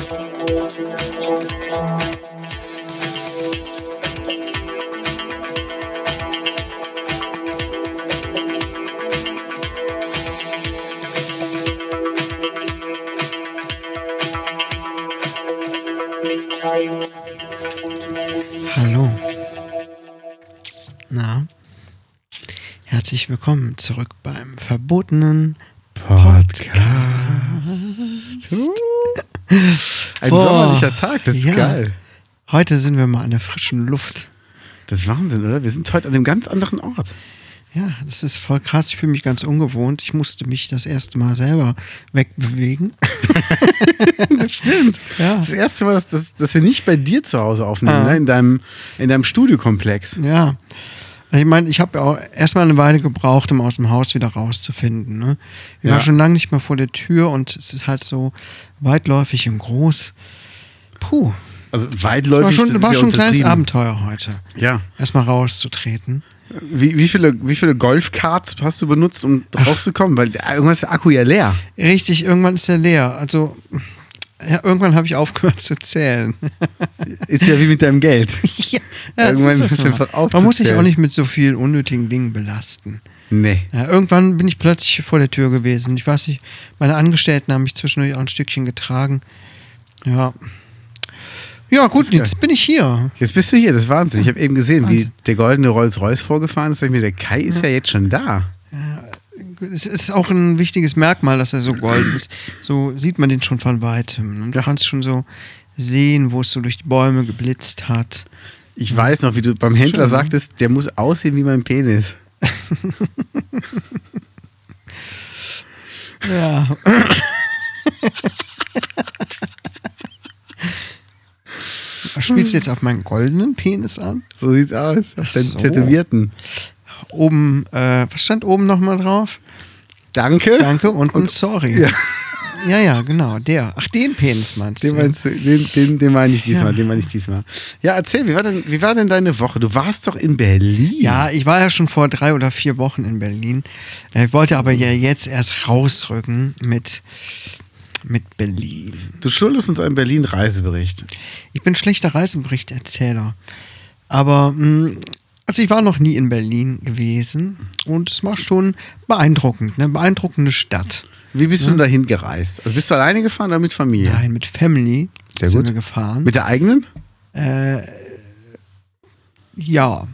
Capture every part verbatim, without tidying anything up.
Hallo. Na, herzlich willkommen zurück beim verbotenen Podcast. Ein Boah, sommerlicher Tag, das ist ja. geil. Heute sind wir mal an der frischen Luft. Das ist Wahnsinn, oder? Wir sind heute an einem ganz anderen Ort. Ja, das ist voll krass. Ich fühle mich ganz ungewohnt. Ich musste mich das erste Mal selber wegbewegen. Das stimmt. Ja. Das erste Mal, dass, dass, dass wir nicht bei dir zu Hause aufnehmen, Ah. ne? in deinem, in deinem Studiokomplex. Ja. Also ich meine, ich habe auch erstmal eine Weile gebraucht, um aus dem Haus wieder rauszufinden. Ne? Wir Ja. waren schon lange nicht mehr vor der Tür und es ist halt so weitläufig und groß. Puh. Also War weitläufig, schon, das ist war ja schon ein kleines untertrieben. Abenteuer heute. Ja. Erstmal rauszutreten. Wie, wie viele, wie viele Golfkarts hast du benutzt, um rauszukommen? Weil der- irgendwann ist der Akku ja leer. Richtig, irgendwann ist er leer. Also, ja, irgendwann habe ich aufgehört zu zählen. Ist ja wie mit deinem Geld. ja, das Irgendwann ist das ist mal. einfach Man muss sich aufzuzählen. auch nicht mit so vielen unnötigen Dingen belasten. Nee. Ja, irgendwann bin ich plötzlich vor der Tür gewesen. Ich weiß nicht, meine Angestellten haben mich zwischendurch auch ein Stückchen getragen. Ja. Ja, gut, geil. jetzt bin ich hier. Jetzt bist du hier, das ist Wahnsinn. Ich habe eben gesehen, Wahnsinn. wie der goldene Rolls-Royce vorgefahren ist. Da sag ich mir, der Kai ist ja jetzt schon da. Es ist auch ein wichtiges Merkmal, dass er so golden ist. So sieht man den schon von weitem. Und du kannst schon so sehen, wo es so durch die Bäume geblitzt hat. Ich weiß noch, wie du beim Händler Schön, ne? sagtest, der muss aussehen wie mein Penis. Ja. Spielst du jetzt auf meinen goldenen Penis an? So sieht's aus. Auf Ach den so. Tätowierten. Oben, äh, was stand oben nochmal drauf? Danke. Danke und, und sorry. Ja. ja, ja, genau, der. Ach, den Penis meinst Den du? meinst du, den, den, den meine ich diesmal, Ja. den meine ich diesmal. Ja, erzähl, wie war, denn, wie war denn deine Woche? Du warst doch in Berlin. Ja, ich war ja schon vor drei oder vier Wochen in Berlin. Ich wollte aber ja jetzt erst rausrücken mit, mit Berlin. Du schuldest uns einen Berlin-Reisebericht. Ich bin schlechter Reisebericht-Erzähler. Aber, mh, also ich war noch nie in Berlin gewesen und es war schon beeindruckend, eine beeindruckende Stadt. Wie bist du denn dahin gereist? Also bist du alleine gefahren oder mit Familie? Nein, mit Family Sehr sind gut. wir gefahren. Mit der eigenen? Äh, ja.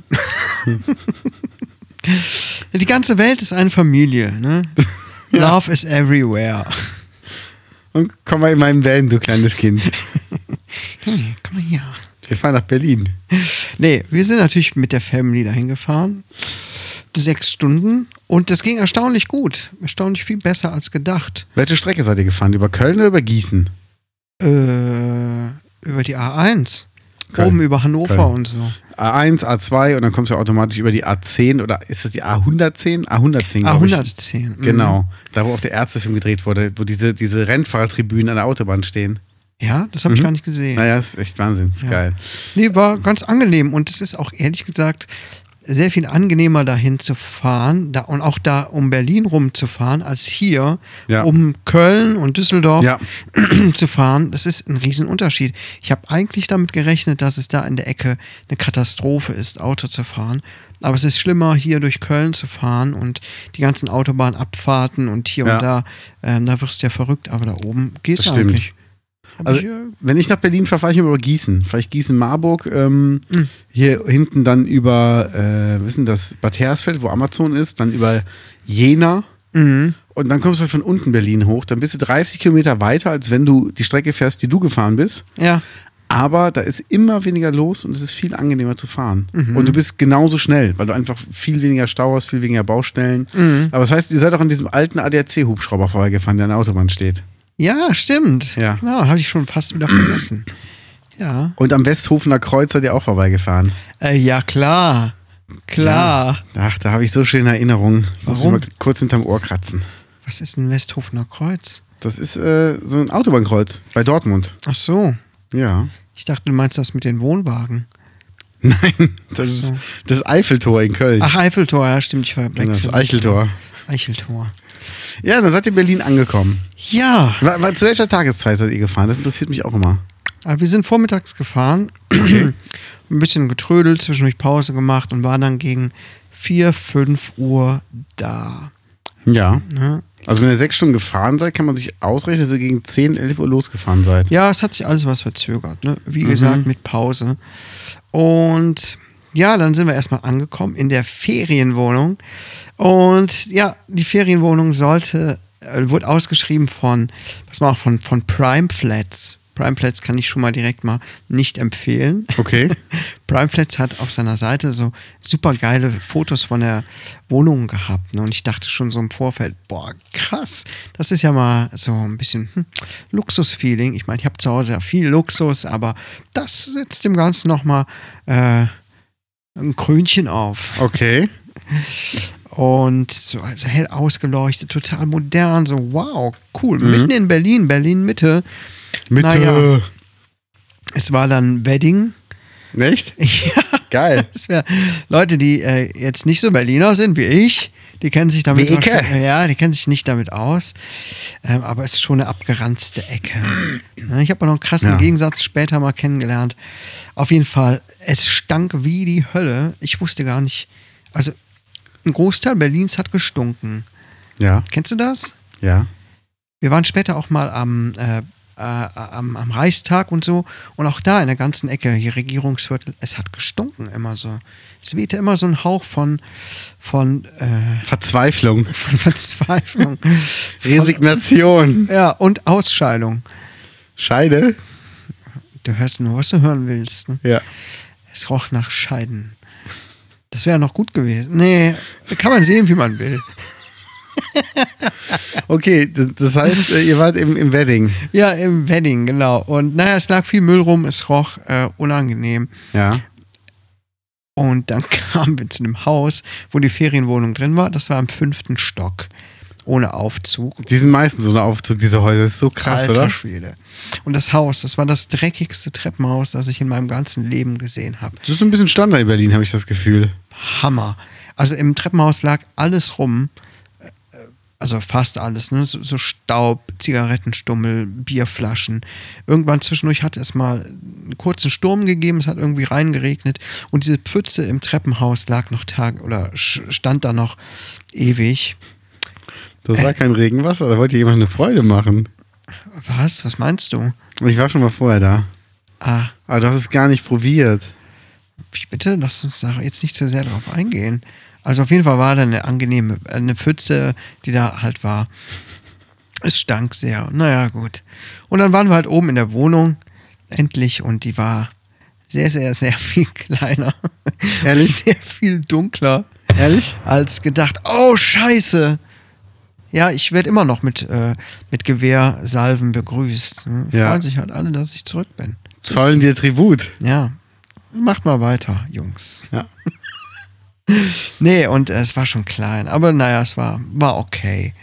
Die ganze Welt ist eine Familie, ne? Ja. Love is everywhere. Und komm mal in meinen Van, du kleines Kind. Hey, komm mal hier. Wir fahren nach Berlin. Nee, wir sind natürlich mit der Family dahin gefahren. Sechs Stunden. Und das ging erstaunlich gut. Erstaunlich viel besser als gedacht. Welche Strecke seid ihr gefahren? Über Köln oder über Gießen? Äh, über die A eins. Köln. Oben über Hannover Köln. und so. A eins, A zwei und dann kommst du automatisch über die A zehn oder ist das die A hundertzehn? A hundertzehn, A glaube ich. hundertzehn. mhm. Genau. Da, wo auch der Ärztefilm gedreht wurde, wo diese, diese Rennfahrertribünen an der Autobahn stehen. Ja, das habe ich Mhm. gar nicht gesehen. Naja, ist echt Wahnsinn. Ist Ja. geil. Nee, war ganz angenehm und es ist auch ehrlich gesagt sehr viel angenehmer dahin zu fahren da, und auch da um Berlin rumzufahren, als hier Ja. um Köln und Düsseldorf Ja. zu fahren. Das ist ein Riesenunterschied. Ich habe eigentlich damit gerechnet, dass es da in der Ecke eine Katastrophe ist, Auto zu fahren. Aber es ist schlimmer, hier durch Köln zu fahren und die ganzen Autobahnabfahrten und hier Ja. und da. Ähm, da wirst du ja verrückt, aber da oben geht's Das stimmt. eigentlich. Hab Also, ich, äh, wenn ich nach Berlin fahre, fahre ich immer über Gießen. Fahre ich Gießen-Marburg, ähm, Mhm. hier hinten dann über, äh, wissen das, Bad Hersfeld, wo Amazon ist, dann über Jena mhm. und dann kommst du halt von unten Berlin hoch. Dann bist du dreißig Kilometer weiter, als wenn du die Strecke fährst, die du gefahren bist. Ja. Aber da ist immer weniger los und es ist viel angenehmer zu fahren. Mhm. Und du bist genauso schnell, weil du einfach viel weniger Stau hast, viel weniger Baustellen. Mhm. Aber das heißt, ihr seid auch an diesem alten A D A C-Hubschrauber vorbeigefahren, der an der Autobahn steht. Ja, stimmt. Ja. Genau, habe ich schon fast wieder vergessen. Ja. Und am Westhofener Kreuz seid ihr auch vorbeigefahren. Äh, ja, klar. Klar. Ja. Ach, da habe ich so schöne Erinnerungen. Ich muss Warum? mich mal kurz hinterm Ohr kratzen. Was ist ein Westhofener Kreuz? Das ist äh, so ein Autobahnkreuz bei Dortmund. Ach so. Ja. Ich dachte, du meinst das mit den Wohnwagen. Nein, das ist So. das Eiffeltor in Köln. Ach, Eiffeltor, ja, stimmt, ich verwechsel. das Eicheltor. Eicheltor. Ja, dann seid ihr in Berlin angekommen. Ja, War, war, zu welcher Tageszeit seid ihr gefahren? Das interessiert mich auch immer. aber wir sind vormittags gefahren, ein bisschen getrödelt, zwischendurch Pause gemacht und waren dann gegen vier, fünf Uhr da. Ja. Ne? Also wenn ihr sechs Stunden gefahren seid, kann man sich ausrechnen, dass ihr gegen zehn, elf Uhr losgefahren seid. Ja, es hat sich alles was verzögert, ne? Wie Mhm. gesagt, mit Pause. Und ja, dann sind wir erstmal angekommen in der Ferienwohnung. Und ja, die Ferienwohnung sollte, äh, wurde ausgeschrieben von, was war auch von, von Prime Flats. Prime Flats kann ich schon mal direkt mal nicht empfehlen. Okay. Prime Flats hat auf seiner Seite so super geile Fotos von der Wohnung gehabt. Ne? Und ich dachte schon so im Vorfeld, boah, krass, das ist ja mal so ein bisschen hm, Luxus-Feeling. Ich meine, ich habe zu Hause ja viel Luxus, aber das setzt dem Ganzen nochmal äh, ein Krönchen auf. Okay. Und so also hell ausgeleuchtet, total modern, so wow, cool. Mhm. Mitten in Berlin, Berlin-Mitte. Mitte. Naja. Es war dann Wedding. Echt? Ja. Geil. Das wär, Leute, die äh, jetzt nicht so Berliner sind wie ich, die kennen sich damit Wie Ecke. wahrscheinlich- ja, die kennen sich nicht damit aus. Ähm, aber es ist schon eine abgeranzte Ecke. Ne, ich habe auch noch einen krassen Ja. Gegensatz später mal kennengelernt. Auf jeden Fall, es stank wie die Hölle. Ich wusste gar nicht, also ein Großteil Berlins hat gestunken. Ja. Kennst du das? Ja. Wir waren später auch mal am, äh, äh, am, am Reichstag und so. Und auch da in der ganzen Ecke, hier Regierungsviertel, es hat gestunken immer so. Es wehte immer so ein Hauch von, von, äh, Verzweiflung. von Verzweiflung. Resignation. Ja, und Ausscheidung. Scheide. Du hörst nur, was du hören willst. Ne? Ja. Es roch nach Scheiden. Das wäre noch gut gewesen. Nee, kann man sehen, wie man will. Okay, das, das heißt, äh, ihr wart im, im Wedding. Ja, im Wedding, genau. Und naja, es lag viel Müll rum, es roch äh, unangenehm. Ja. Und dann kamen wir zu einem Haus, wo die Ferienwohnung drin war. Das war im fünften Stock. Ohne Aufzug. Die sind meistens ohne Aufzug, diese Häuser. Das ist so krass, Alter oder? Schwede. Und das Haus, das war das dreckigste Treppenhaus, das ich in meinem ganzen Leben gesehen habe. Das ist so ein bisschen Standard in Berlin, habe ich das Gefühl. Hammer. Also im Treppenhaus lag alles rum. Also fast alles, ne? So, so Staub, Zigarettenstummel, Bierflaschen. Irgendwann zwischendurch hat es mal einen kurzen Sturm gegeben, es hat irgendwie reingeregnet und diese Pfütze im Treppenhaus lag noch Tag oder stand da noch ewig. Das war kein Regenwasser, da wollte jemand eine Freude machen. Was? Was meinst du? Ich war schon mal vorher da. Ah, Aber du hast es gar nicht probiert. wie bitte? Lass uns da jetzt nicht so sehr drauf eingehen. Also auf jeden Fall war da eine angenehme, eine Pfütze, die da halt war. Es stank sehr. Naja, gut. Und dann waren wir halt oben in der Wohnung, endlich, und die war sehr, sehr, sehr viel kleiner. Ehrlich? Sehr viel dunkler Ehrlich? als gedacht. Oh, scheiße! Ja, ich werde immer noch mit, äh, mit Gewehrsalven begrüßt. Ne? Ja. Freuen sich halt alle, dass ich zurück bin. Zollen dir Tribut. Ja. Macht mal weiter, Jungs. Ja. Nee, und äh, es war schon klein, aber naja, es war, war okay.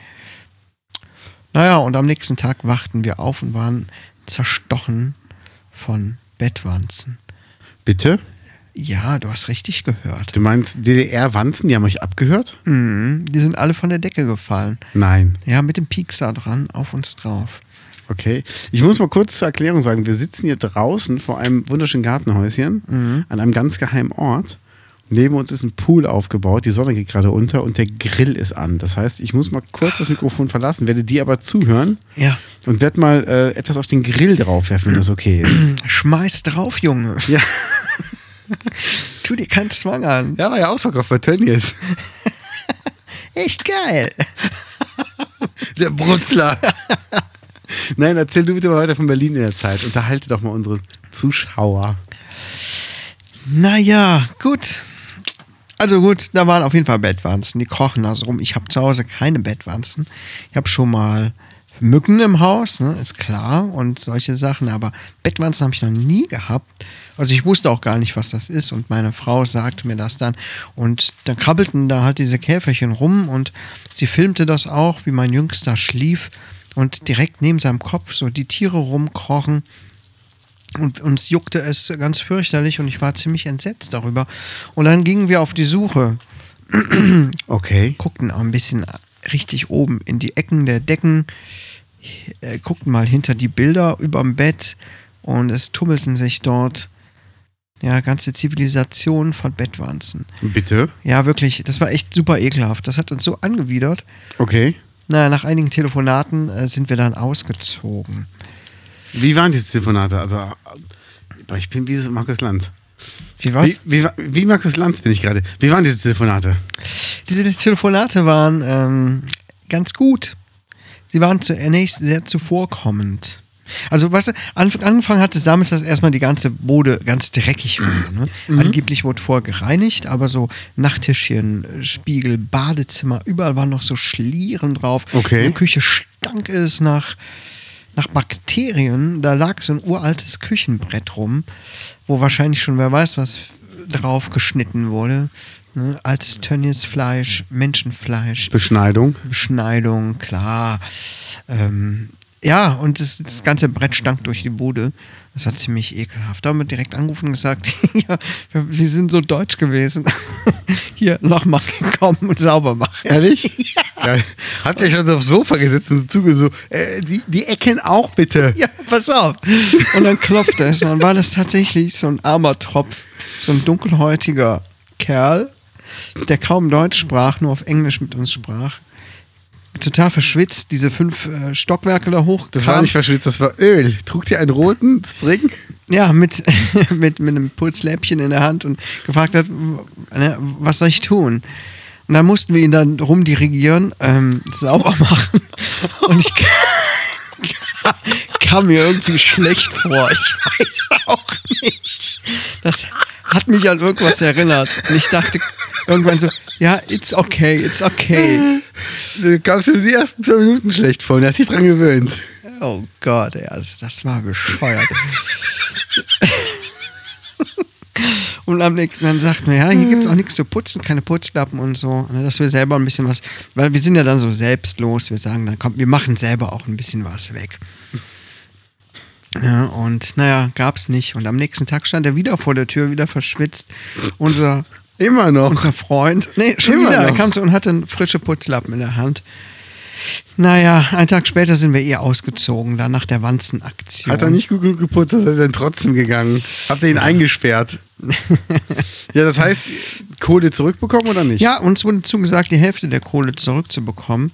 Naja, und am nächsten Tag wachten wir auf und waren zerstochen von Bettwanzen. Bitte? Ja, du hast richtig gehört. Du meinst D D R-Wanzen, die haben euch abgehört? Mhm, die sind alle von der Decke gefallen. Nein. Ja, mit dem Piekser dran, auf uns drauf. Okay. Ich muss mal kurz zur Erklärung sagen, wir sitzen hier draußen vor einem wunderschönen Gartenhäuschen Mhm. an einem ganz geheimen Ort. Neben uns ist ein Pool aufgebaut, die Sonne geht gerade unter und der Grill ist an. Das heißt, ich muss mal kurz das Mikrofon verlassen, werde dir aber zuhören Ja, und werde mal äh, etwas auf den Grill draufwerfen, wenn das okay ist. schmeiß drauf, Junge. Ja, Tu dir keinen Zwang an. ja, war ja ausverkauft bei Tönnies. Echt geil. Der Brutzler. Nein, erzähl du bitte mal weiter von Berlin in der Zeit. Unterhalte doch mal unsere Zuschauer. Naja, gut. Also gut, da waren auf jeden Fall Bettwanzen, die krochen da so rum. Ich habe zu Hause keine Bettwanzen. Ich habe schon mal Mücken im Haus, ne, ist klar, und solche Sachen, aber Bettwanzen habe ich noch nie gehabt. Also ich wusste auch gar nicht, was das ist, und meine Frau sagte mir das dann. Und dann krabbelten da halt diese Käferchen rum und sie filmte das auch, wie mein Jüngster schlief und direkt neben seinem Kopf so die Tiere rumkrochen. Und uns juckte es ganz fürchterlich und ich war ziemlich entsetzt darüber. Und dann gingen wir auf die Suche. Okay. Guckten auch ein bisschen richtig oben in die Ecken der Decken, äh, guckten mal hinter die Bilder überm Bett und es tummelten sich dort ja ganze Zivilisationen von Bettwanzen. Bitte? Ja, wirklich, das war echt super ekelhaft. Das hat uns so angewidert. Okay. Naja, nach einigen Telefonaten äh, sind wir dann ausgezogen. Wie waren diese Telefonate? Also, ich bin wie Markus Lanz. Wie was? Wie, wie, wie Markus Lanz bin ich gerade. Wie waren diese Telefonate? Diese Telefonate waren ähm, ganz gut. Sie waren zunächst sehr zuvorkommend. Also, weißt du, angefangen hat es damals, dass erstmal die ganze Bude ganz dreckig war. Ne? Mhm. Angeblich wurde vorher gereinigt, aber so Nachttischchen, Spiegel, Badezimmer, überall waren noch so Schlieren drauf. Okay. In der Küche stank es nach, nach Bakterien. Da lag so ein uraltes Küchenbrett rum, wo wahrscheinlich schon wer weiß was drauf geschnitten wurde. Ne? Altes Tönniesfleisch, Menschenfleisch. Beschneidung. Beschneidung, klar. Ähm, ja, und das, das ganze Brett stank durch die Bude. Das war ziemlich ekelhaft. Da haben wir direkt angerufen und gesagt, ja, wir, wir sind so deutsch gewesen. Hier, nochmal kommen und sauber machen. Ehrlich? Ja. Ja. Habt ihr schon aufs Sofa gesetzt und zuge so, äh, die, die Ecken auch bitte. Ja, pass auf. Und dann klopfte es. Und dann war das tatsächlich so ein armer Tropf, so ein dunkelhäutiger Kerl, der kaum Deutsch sprach, nur auf Englisch mit uns sprach. Total verschwitzt, diese fünf äh, Stockwerke da hoch. Das war nicht verschwitzt, das war Öl. Trug dir einen roten String? Ja, mit, mit, mit einem Pulsläppchen in der Hand und gefragt hat, was soll ich tun? Und dann mussten wir ihn dann rumdirigieren, ähm, sauber machen. Und ich kam, kam mir irgendwie schlecht vor. Ich weiß auch nicht. Das hat mich an irgendwas erinnert. Und ich dachte irgendwann so, ja, it's okay, it's okay. Du kamst dir die ersten zwei Minuten schlecht vor und hast dich dran gewöhnt. Oh Gott, ey, also das war bescheuert. Und am nächsten dann sagten wir, ja, hier gibt es auch nichts zu putzen, keine Putzlappen und so. Dass wir selber ein bisschen was, weil wir sind ja dann so selbstlos, wir sagen dann, komm, wir machen selber auch ein bisschen was weg. Ja, und naja, gab's nicht. Und am nächsten Tag stand er wieder vor der Tür, wieder verschwitzt. Unser Immer noch. Unser Freund. Nee, schon Immer wieder. noch. Er kam so und hatte frische Putzlappen in der Hand. Naja, einen Tag später sind wir eh ausgezogen, dann nach der Wanzenaktion. Hat er nicht gut genug geputzt, ist er dann trotzdem gegangen. Habt ihr ihn ja. eingesperrt? Ja, das heißt, Kohle zurückbekommen oder nicht? Ja, uns wurde zugesagt, die Hälfte der Kohle zurückzubekommen.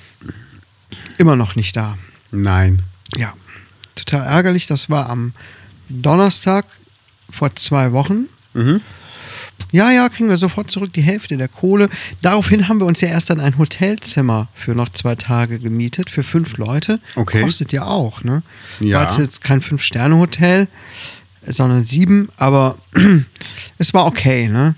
Immer noch nicht da. Nein. Ja, total ärgerlich. Das war am Donnerstag vor zwei Wochen. Mhm. Ja, ja, kriegen wir sofort zurück die Hälfte der Kohle. Daraufhin haben wir uns ja erst dann ein Hotelzimmer für noch zwei Tage gemietet, für fünf Leute. Okay. Kostet ja auch, ne? Ja. War jetzt kein Fünf-Sterne-Hotel, sondern sieben, aber es war okay, ne?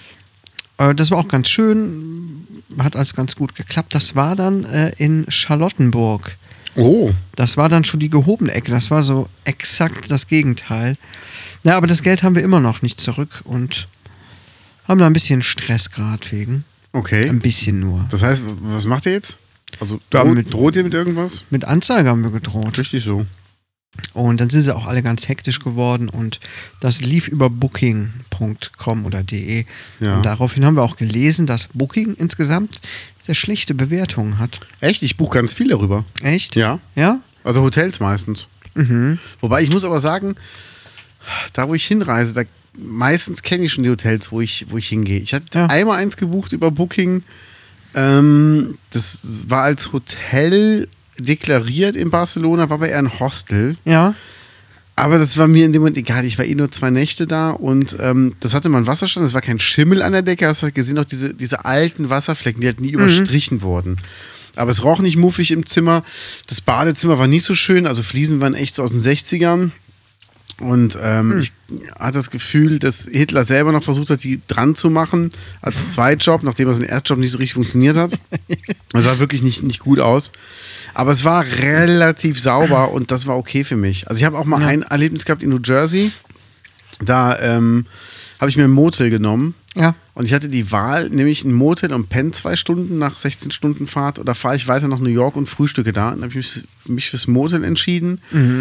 Das war auch ganz schön, hat alles ganz gut geklappt. Das war dann äh, in Charlottenburg. Oh. Das war dann schon die gehobene Ecke, das war so exakt das Gegenteil. Ja, aber das Geld haben wir immer noch nicht zurück und haben da ein bisschen Stress gerade wegen. Okay. Ein bisschen nur. Das heißt, was macht ihr jetzt? Also Ja, droht, mit- droht ihr mit irgendwas? Mit Anzeige haben wir gedroht. Richtig so. Und dann sind sie auch alle ganz hektisch geworden und das lief über booking punkt com oder de. Ja. Und daraufhin haben wir auch gelesen, dass Booking insgesamt sehr schlechte Bewertungen hat. Echt? Ich buche ganz viel darüber. Echt? Ja. Ja? Also Hotels meistens. Mhm. Wobei ich muss aber sagen, da wo ich hinreise, da meistens kenne ich schon die Hotels, wo ich, wo ich hingehe. Ich hatte Ja. einmal eins gebucht über Booking. Ähm, das war als Hotel deklariert in Barcelona, war aber eher ein Hostel. Ja. Aber das war mir in dem Moment egal. Ich war eh nur zwei Nächte da und ähm, das hatte mal einen Wasserstand. Es war kein Schimmel an der Decke. Hast du halt gesehen, auch diese, diese alten Wasserflecken, die halt nie überstrichen wurden. Aber es roch nicht muffig im Zimmer. Das Badezimmer war nicht so schön. Also Fliesen waren echt so aus den sechzigern. Und ähm, Hm. ich hatte das Gefühl, dass Hitler selber noch versucht hat, die dran zu machen als Zweitjob, nachdem er sein Erstjob nicht so richtig funktioniert hat. Das sah wirklich nicht, nicht gut aus. Aber es war relativ sauber und das war okay für mich. Also ich habe auch mal Ja. ein Erlebnis gehabt in New Jersey. Da ähm, habe ich mir ein Motel genommen. Ja. Und ich hatte die Wahl, nämlich ein Motel und penne zwei Stunden nach sechzehn Stunden Fahrt oder fahre ich weiter nach New York und frühstücke da. Und dann habe ich mich, mich fürs Motel entschieden. Mhm.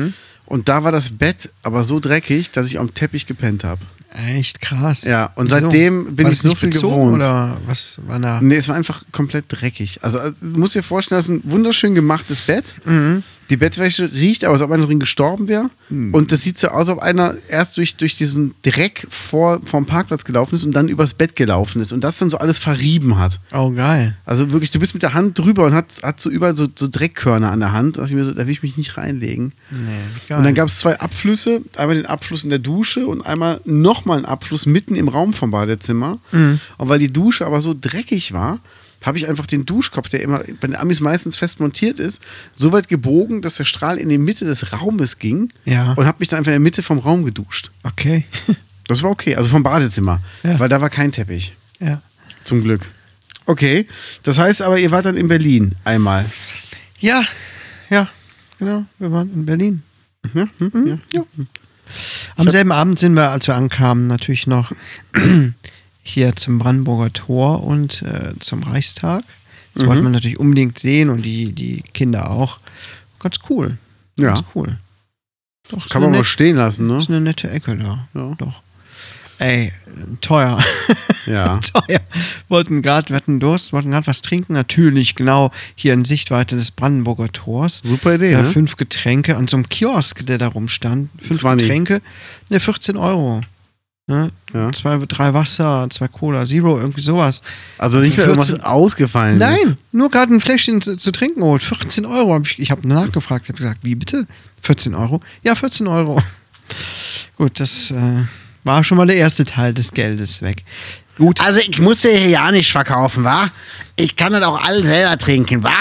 Und da war das Bett aber so dreckig, dass ich am Teppich gepennt habe. Echt krass. Ja, und Wieso? seitdem bin war ich das so nicht viel bezogen, gewohnt. Oder was war da? Nee, es war einfach komplett dreckig. Also, äh, du musst dir vorstellen, das ist ein wunderschön gemachtes Bett. Mhm. Die Bettwäsche riecht, aber als ob einer drin gestorben wäre. Mhm. Und das sieht so aus, als ob einer erst durch, durch diesen Dreck vor, vom Parkplatz gelaufen ist und dann übers Bett gelaufen ist. Und das dann so alles verrieben hat. Oh, geil. Also wirklich, du bist mit der Hand drüber und hat, hat so überall so, so Dreckkörner an der Hand. Da, dachte ich mir so, da will ich mich nicht reinlegen. Nee, geil. Und dann gab es zwei Abflüsse. Einmal den Abfluss in der Dusche und einmal nochmal einen Abfluss mitten im Raum vom Badezimmer. Mhm. Und weil die Dusche aber so dreckig war, habe ich einfach den Duschkopf, der immer bei den Amis meistens fest montiert ist, so weit gebogen, dass der Strahl in die Mitte des Raumes ging Ja. und habe mich dann einfach in der Mitte vom Raum geduscht. Okay. Das war okay, also vom Badezimmer, Ja. weil da war kein Teppich. Ja. Zum Glück. Okay, das heißt aber, ihr wart dann in Berlin einmal. Ja, ja, genau. Wir waren in Berlin. Ja, hm, Mhm. ja. Ja. Am selben Abend sind wir, als wir ankamen, natürlich noch hier zum Brandenburger Tor und äh, zum Reichstag. Das Mhm. wollten wir natürlich unbedingt sehen und die, die Kinder auch. Ganz cool. Ja. Ganz cool. Doch, ist Kann eine man mal net- stehen lassen, ne? ist eine nette Ecke da. Ja. Doch. Ey, teuer. Ja. teuer. Wollten gerade, wir hatten Durst, wollten gerade was trinken. Natürlich, genau, hier in Sichtweite des Brandenburger Tors. Super Idee, Ja, ne? fünf Getränke an so einem Kiosk, der da rumstand. Fünf zwanzig. Getränke, ne, vierzehn Euro. Ne? Ja. Zwei, drei Wasser, zwei Cola, Zero, irgendwie sowas. Also nicht mehr irgendwas vierzehn ausgefallen ist. Nein, nur gerade ein Fläschchen zu, zu trinken geholt. vierzehn Euro. Hab ich ich habe nachgefragt, ich habe gesagt, wie bitte? vierzehn Euro? Ja, vierzehn Euro. Gut, das äh, war schon mal der erste Teil des Geldes weg. Gut. Also ich muss dir hier ja nicht verkaufen, wa? Ich kann das auch alles selber trinken, wa?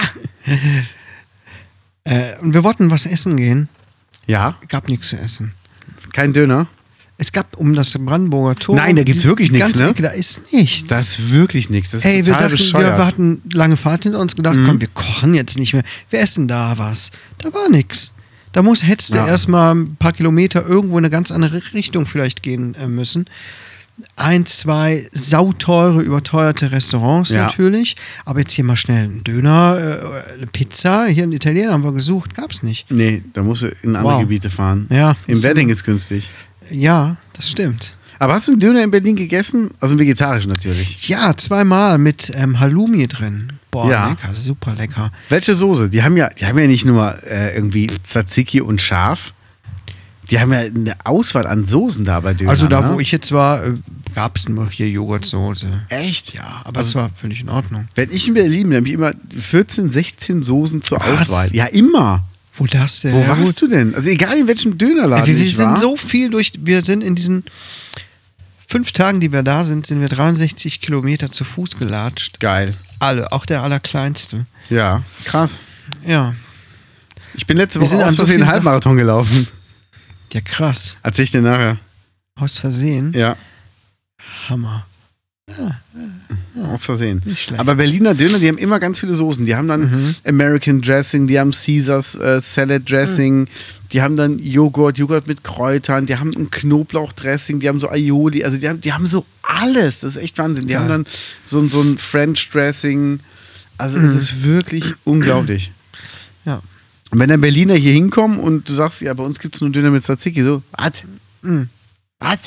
Äh, und wir wollten was essen gehen. Ja, Gab nichts zu essen. kein Döner. Es gab um das Brandenburger Tor. Nein, da gibt's die- wirklich die nichts, ganze ne? Ecke, da ist nichts. Das ist wirklich nichts. Das ist Ey, wir total dachten, wir, bescheuert. wir hatten lange Fahrt hinter uns gedacht, Mhm. komm, wir kochen jetzt nicht mehr. Wir essen da was. Da war nichts. Da muss, hättest du Ja. erstmal ein paar Kilometer irgendwo in eine ganz andere Richtung vielleicht gehen äh, müssen. Ein, zwei sauteure, überteuerte Restaurants Ja. natürlich. Aber jetzt hier mal schnell einen Döner, äh, eine Pizza. Hier einen Italiener haben wir gesucht, gab's nicht. Nee, da musst du in andere Wow. Gebiete fahren. Ja. Im Wedding ist günstig. Ja, das stimmt. Aber hast du einen Döner in Berlin gegessen? Also vegetarisch natürlich. Ja, zweimal mit ähm, Halloumi drin. Boah, Ja. lecker, super lecker. Welche Soße? Die haben ja, die haben ja nicht nur äh, irgendwie Tzatziki und Schaf. Die haben ja eine Auswahl an Soßen da bei Döner. Also da, ne? wo ich jetzt war, äh, gab es nur hier Joghurtsoße. Echt? Ja, aber Also- es war völlig in Ordnung. Wenn ich in Berlin bin, habe ich immer vierzehn, sechzehn Soßen zur Was? Auswahl. Ja, immer. Wo das denn? Wo Ja, warst du denn? Also egal in welchem Dönerladen Wir, wir ich sind war. so viel durch, wir sind in diesen fünf Tagen, die wir da sind, sind wir dreiundsechzig Kilometer zu Fuß gelatscht. Geil. Alle, auch der Allerkleinste. Ja, krass. Ja, Ich bin letzte Wir Woche sind an aus so Versehen vielen Halbmarathon gelaufen. ja krass. Erzähl ich dir nachher. Aus Versehen. Ja, Hammer. aus Versehen. Nicht schlecht. Aber Berliner Döner, die haben immer ganz viele Soßen. Die haben dann Mhm. American Dressing, die haben Caesars äh, Salad Dressing, die haben dann Joghurt, Joghurt mit Kräutern, die haben ein Knoblauchdressing, die haben so Aioli, also die haben, die haben so alles. Das ist echt Wahnsinn. Die Ja. haben dann so, so ein French Dressing. Also es ist wirklich unglaublich. Ja. Und wenn dann Berliner hier hinkommen und du sagst, ja, bei uns gibt es nur Döner mit Tzatziki, so, was? Mhm. Was?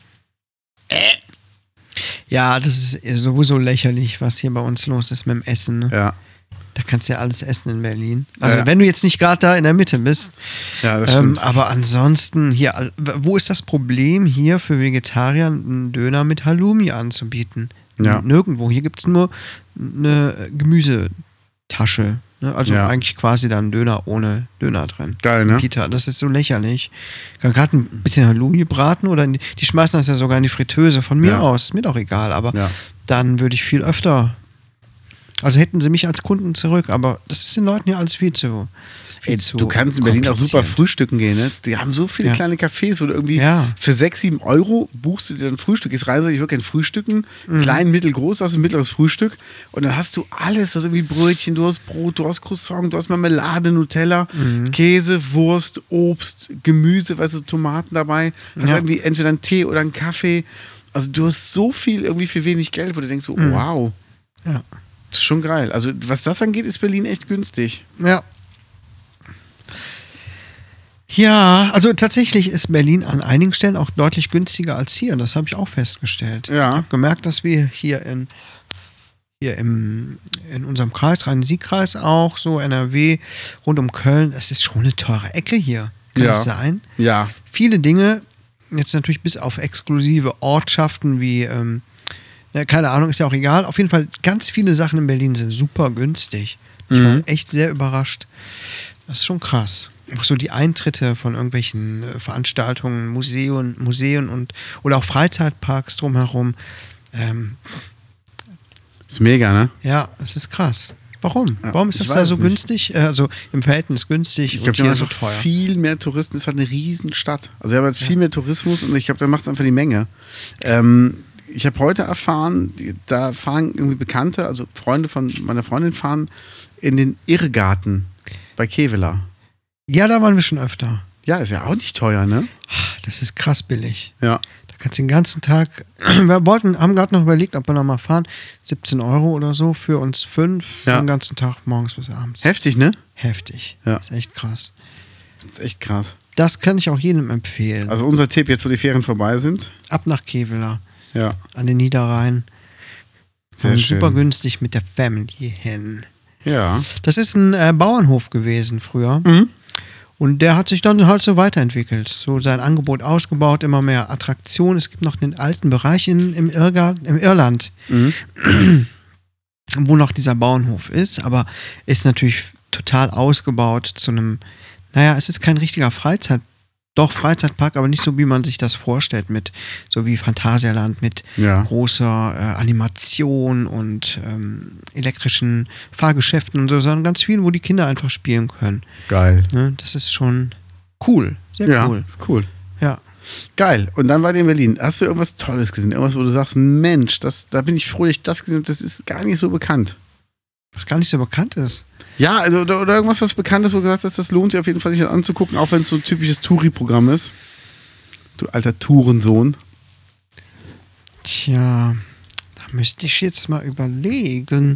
Ja, das ist sowieso lächerlich, was hier bei uns los ist mit dem Essen. Ne? Ja, Da kannst du ja alles essen in Berlin. Also Ja. wenn du jetzt nicht gerade da in der Mitte bist. ja, das Ähm, stimmt. aber ansonsten, hier, all- wo ist das Problem, hier für Vegetarier einen Döner mit Halloumi anzubieten? Ja. Nirgendwo. Hier gibt es nur eine Gemüsetasche. Ne? Also Ja. eigentlich quasi dann Döner ohne Döner drin. Geil, ne? Pita, das ist so lächerlich. Gerade ein bisschen Halloumi braten oder in die, die schmeißen das ja sogar in die Fritteuse. Von mir Ja. aus, ist mir doch egal. Aber Ja. dann würde ich viel öfter. Also hätten sie mich als Kunden zurück, aber das ist den Leuten ja alles viel zu. Viel Ey, zu du kannst in Berlin auch super kompliziert. frühstücken gehen, ne? Die haben so viele Ja. kleine Cafés, wo du irgendwie Ja. für sechs, sieben Euro buchst du dir dann Frühstück. Jetzt reise ich wirklich kein Frühstücken. Mhm. Klein, mittel, groß, hast du ein mittleres Frühstück. Und dann hast du alles. Du hast irgendwie Brötchen, du hast Brot, du hast Croissant, du hast Marmelade, Nutella, Mhm. Käse, Wurst, Obst, Gemüse, weißt du, Tomaten dabei. Hast Ja. irgendwie entweder einen Tee oder einen Kaffee. Also du hast so viel irgendwie für wenig Geld, wo du denkst so, Mhm. wow, Ja. das ist schon geil. Also was das angeht, ist Berlin echt günstig. Ja. Ja, also tatsächlich ist Berlin an einigen Stellen auch deutlich günstiger als hier. Das habe ich auch festgestellt. Ja. Ich habe gemerkt, dass wir hier in hier im, in unserem Kreis, Rhein-Sieg-Kreis auch, so N R W, rund um Köln, es ist schon eine teure Ecke hier. Kann Ja. das sein? Ja. Viele Dinge, jetzt natürlich bis auf exklusive Ortschaften wie, ähm, na, keine Ahnung, ist ja auch egal. Auf jeden Fall, ganz viele Sachen in Berlin sind super günstig. Ich Mhm. war echt sehr überrascht. Das ist schon krass. Auch so die Eintritte von irgendwelchen äh, Veranstaltungen, Museen, Museen und oder auch Freizeitparks drumherum. Ähm, Ist mega, ne? ja, es ist krass. Warum? Ja, Warum ist ich das da weiß so es nicht. günstig? Äh, Also im Verhältnis günstig Ich und glaube, hier da so so teuer. viel mehr Touristen. Es ist halt eine Riesenstadt. Also, wir haben halt viel mehr Tourismus und ich glaube, da macht es einfach die Menge. Ähm, ich habe heute erfahren, die- da fahren irgendwie Bekannte, also Freunde von meiner Freundin fahren in den Irrgarten bei Kevela. Ja, da waren wir schon öfter. Ja, ist ja auch nicht teuer, ne? Das ist krass billig. Ja. Da kannst du den ganzen Tag, wir wollten, haben gerade noch überlegt, ob wir noch mal fahren, siebzehn Euro oder so für uns fünf, Ja. den ganzen Tag morgens bis abends. Heftig, ne? Heftig. Ja. Das ist echt krass. Das ist echt krass. Das kann ich auch jedem empfehlen. Also unser Tipp, jetzt wo die Ferien vorbei sind. Ab nach Kevela, Ja. an den Niederrhein. Sehr Und schön. super günstig mit der Family hin. Ja. Das ist ein äh, Bauernhof gewesen früher. Mhm. Und der hat sich dann halt so weiterentwickelt. So sein Angebot ausgebaut, immer mehr Attraktionen. Es gibt noch den alten Bereich in, im, Irrgarten, im Irland, Mhm. wo noch dieser Bauernhof ist, aber ist natürlich total ausgebaut zu einem, naja, es ist kein richtiger Freizeit, doch Freizeitpark, aber nicht so, wie man sich das vorstellt, mit so wie Phantasialand, mit Ja. großer äh, Animation und ähm, elektrischen Fahrgeschäften und so, sondern ganz viel, wo die Kinder einfach spielen können. Geil. Ne? Das ist schon cool, sehr Ja, cool. ist cool. Ja. Geil. Und dann war ihr in Berlin. Hast du irgendwas Tolles gesehen? Irgendwas, wo du sagst, Mensch, das, da bin ich froh, dass ich das gesehen habe. Das ist gar nicht so bekannt. Was gar nicht so bekannt ist. Ja, also, oder, oder irgendwas, was bekannt ist, wo du gesagt hast, das lohnt sich auf jeden Fall, sich anzugucken, auch wenn es so ein typisches Touri-Programm ist. Du alter Tourensohn. Tja, da müsste ich jetzt mal überlegen.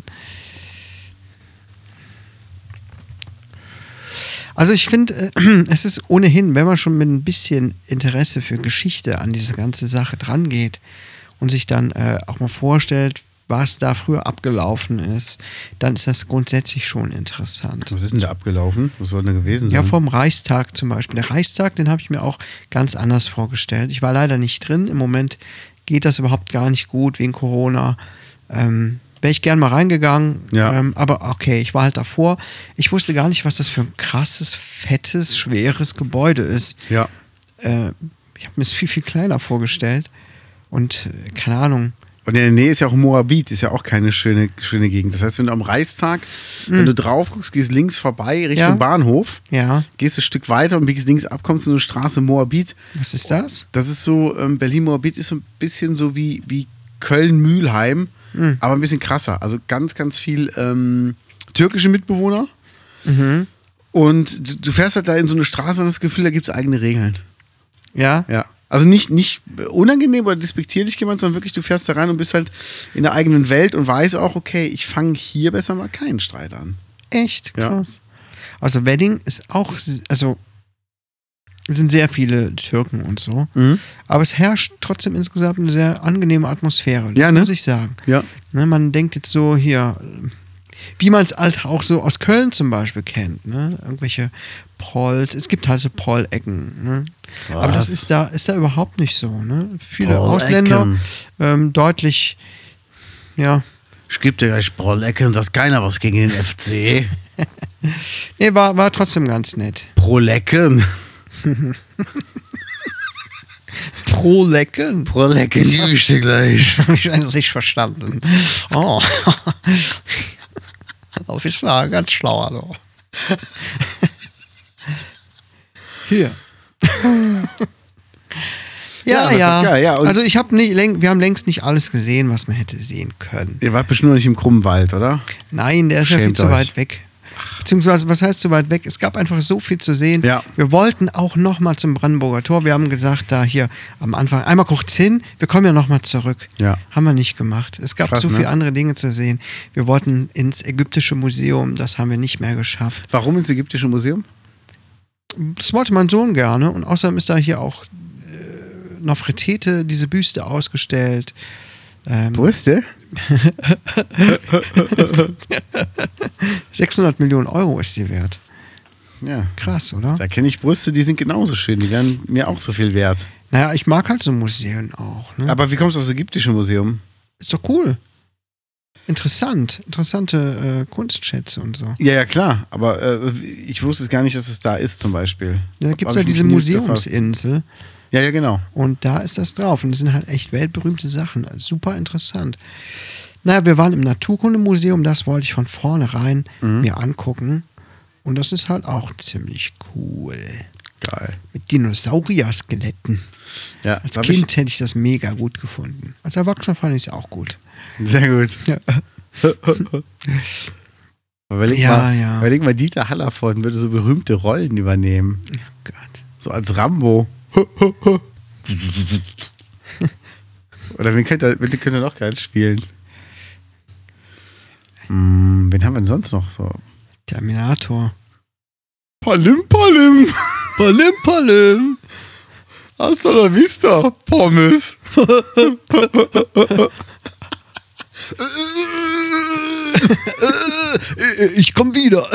Also ich finde, äh, es ist ohnehin, wenn man schon mit ein bisschen Interesse für Geschichte an diese ganze Sache dran geht und sich dann äh, auch mal vorstellt, was da früher abgelaufen ist, dann ist das grundsätzlich schon interessant. Was ist denn da abgelaufen? Was soll denn da gewesen sein? Ja, vom Reichstag zum Beispiel. Der Reichstag, den habe ich mir auch ganz anders vorgestellt. Ich war leider nicht drin. Im Moment geht das überhaupt gar nicht gut wegen Corona. Ähm, Wäre ich gern mal reingegangen. Ja. Ähm, aber okay, ich war halt davor. Ich wusste gar nicht, was das für ein krasses, fettes, schweres Gebäude ist. Ja. Äh, ich habe mir es viel, viel kleiner vorgestellt. Und äh, keine Ahnung. Und in der Nähe ist ja auch Moabit, ist ja auch keine schöne, schöne Gegend. Das heißt, wenn du am Reichstag, wenn du drauf guckst, gehst links vorbei Richtung Ja. Bahnhof, Ja, gehst ein Stück weiter und biegst links ab, kommst in eine Straße Moabit. was ist das? Das ist so, ähm, Berlin-Moabit ist so ein bisschen so wie, wie Köln-Mülheim, Mhm. aber ein bisschen krasser. Also ganz, ganz viel ähm, türkische Mitbewohner. Mhm. Und du, du fährst halt da in so eine Straße und hast das Gefühl, da gibt es eigene Regeln. Ja? Ja. Also nicht, nicht unangenehm oder despektierlich gemeint, sondern wirklich, du fährst da rein und bist halt in der eigenen Welt und weißt auch, okay, ich fange hier besser mal keinen Streit an. Echt? Ja. Krass. Also Wedding ist auch, also es sind sehr viele Türken und so, Mhm. aber es herrscht trotzdem insgesamt eine sehr angenehme Atmosphäre, das Ja, ne? muss ich sagen. Ja. Ne, man denkt jetzt so hier, wie man es halt auch so aus Köln zum Beispiel kennt, ne? Irgendwelche Prolls, es gibt halt so Prollecken, ne? Aber das Was? ist da, ist da überhaupt nicht so, ne? Viele Prollecken. Ausländer ähm, deutlich, ja, Ich gebe dir gleich Prollecken, sagt keiner was gegen den F C. nee, war, war trotzdem ganz nett. Prolecken. Prollecken? Prolecken, die ich dir gleich. Das habe ich eigentlich verstanden. Oh. Das ist war ganz schlauer, du. Hier. Ja, Ja, das ja. ist geil, ja, und- also ich habe nicht, läng- wir haben längst nicht alles gesehen, was man hätte sehen können. Ihr wart bestimmt noch nicht im Krummenwald, oder? Nein, der ist ja viel Schämt zu euch. weit weg. Beziehungsweise, was heißt zu weit weg? Es gab einfach so viel zu sehen. Ja. Wir wollten auch noch mal zum Brandenburger Tor. Wir haben gesagt, da hier am Anfang, einmal kurz hin, wir kommen ja noch mal zurück. Ja. Haben wir nicht gemacht. Es gab Krass, so ne? viele andere Dinge zu sehen. Wir wollten ins ägyptische Museum, das haben wir nicht mehr geschafft. Warum ins ägyptische Museum? Das wollte mein Sohn gerne. Und außerdem ist da hier auch äh, Nofretete, diese Büste ausgestellt. Ähm, Brüste? sechshundert Millionen Euro ist die wert. Ja. Krass, oder? Da kenne ich Brüste, die sind genauso schön. Die wären mir auch so viel wert. Naja, ich mag halt so Museen auch. Ne? Aber wie kommst du aufs Ägyptische Museum? Ist doch cool. Interessant. Interessante äh, Kunstschätze und so. Ja, ja, klar. Aber äh, ich wusste es gar nicht, dass es da ist, zum Beispiel. Da gibt es Hab ja ich diese mich nie befasst. Museumsinsel. Ja, ja, genau. Und da ist das drauf. Und das sind halt echt weltberühmte Sachen. Super interessant. Naja, wir waren im Naturkundemuseum. Das wollte ich von vornherein Mhm. mir angucken. Und das ist halt auch ziemlich cool. Geil. Mit Dinosaurier-Skeletten. Ja, Als hab Kind hätte ich das mega gut gefunden. Als Erwachsener fand ich es auch gut. ich, sehr gut. Ja. Überleg, Ja, mal, ja. überleg mal, Dieter Hallervorden würde so berühmte Rollen übernehmen. Oh Gott. So als Rambo. Oder wen könnte er, wen könnte er noch geil spielen? Hm, wen haben wir denn sonst noch so? Terminator. Palim Palim! Palim, palim. Hasta la vista, Pommes! Ich komm wieder.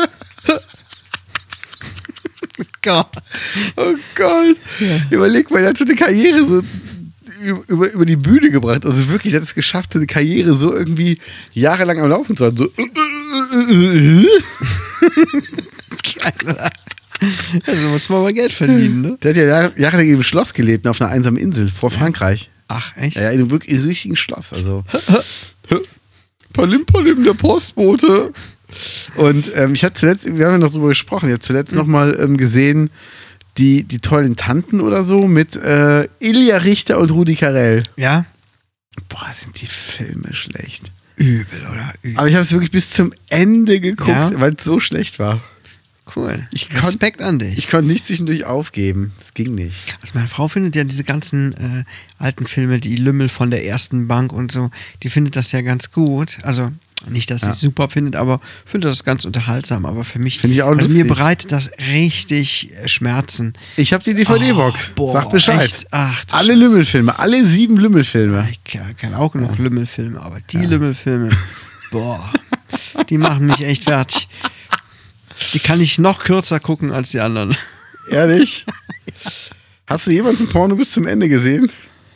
Gott. Oh Gott! Überleg mal, er hat so eine Karriere so über, über die Bühne gebracht. Also wirklich, er hat es geschafft, so eine Karriere so irgendwie jahrelang am Laufen zu haben. So. Also muss man mal Geld verdienen, ne? Der hat ja jahr- jahrelang im Schloss gelebt, auf einer einsamen Insel vor Frankreich. Ach, echt? Ja, ja, in einem wirklich in einem richtigen Schloss. Also. Palim Palim, der Postbote. Und ähm, ich habe zuletzt, wir haben ja noch drüber gesprochen, ich habe zuletzt Mhm. noch mal ähm, gesehen, die, die tollen Tanten oder so mit äh, Ilja Richter und Rudi Carell. Ja? Boah, sind die Filme schlecht. Übel, oder? Übel. Aber ich habe es wirklich bis zum Ende geguckt, Ja? weil es so schlecht war. Cool. Ich konnt- Respekt an dich. Ich konnte nicht zwischendurch aufgeben. Das ging nicht. Also meine Frau findet ja diese ganzen äh, alten Filme, die Lümmel von der ersten Bank und so, die findet das ja ganz gut. Also nicht, dass sie Ja. es super findet, aber findet das ganz unterhaltsam. Aber für mich, Finde ich auch also mir lustig. bereitet das richtig äh, Schmerzen. Ich habe die D V D-Box. Oh, boah, Sag Bescheid. echt? Ach, du Alle Scheiße. Lümmelfilme, alle sieben Lümmelfilme. Ich ke- kenne auch genug Lümmelfilme, aber die Lümmelfilme, boah, die machen mich echt fertig. Die kann ich noch kürzer gucken als die anderen. Ehrlich? Hast du jemals ein Porno bis zum Ende gesehen?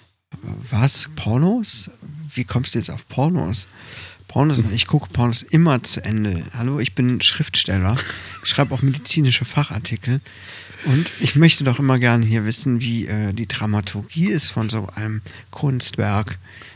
Was? Pornos? Wie kommst du jetzt auf Pornos? Pornos, ich gucke Pornos immer zu Ende. Hallo, ich bin Schriftsteller. Ich schreibe auch medizinische Fachartikel. Und ich möchte doch immer gerne hier wissen, wie äh, die Dramaturgie ist von so einem Kunstwerk.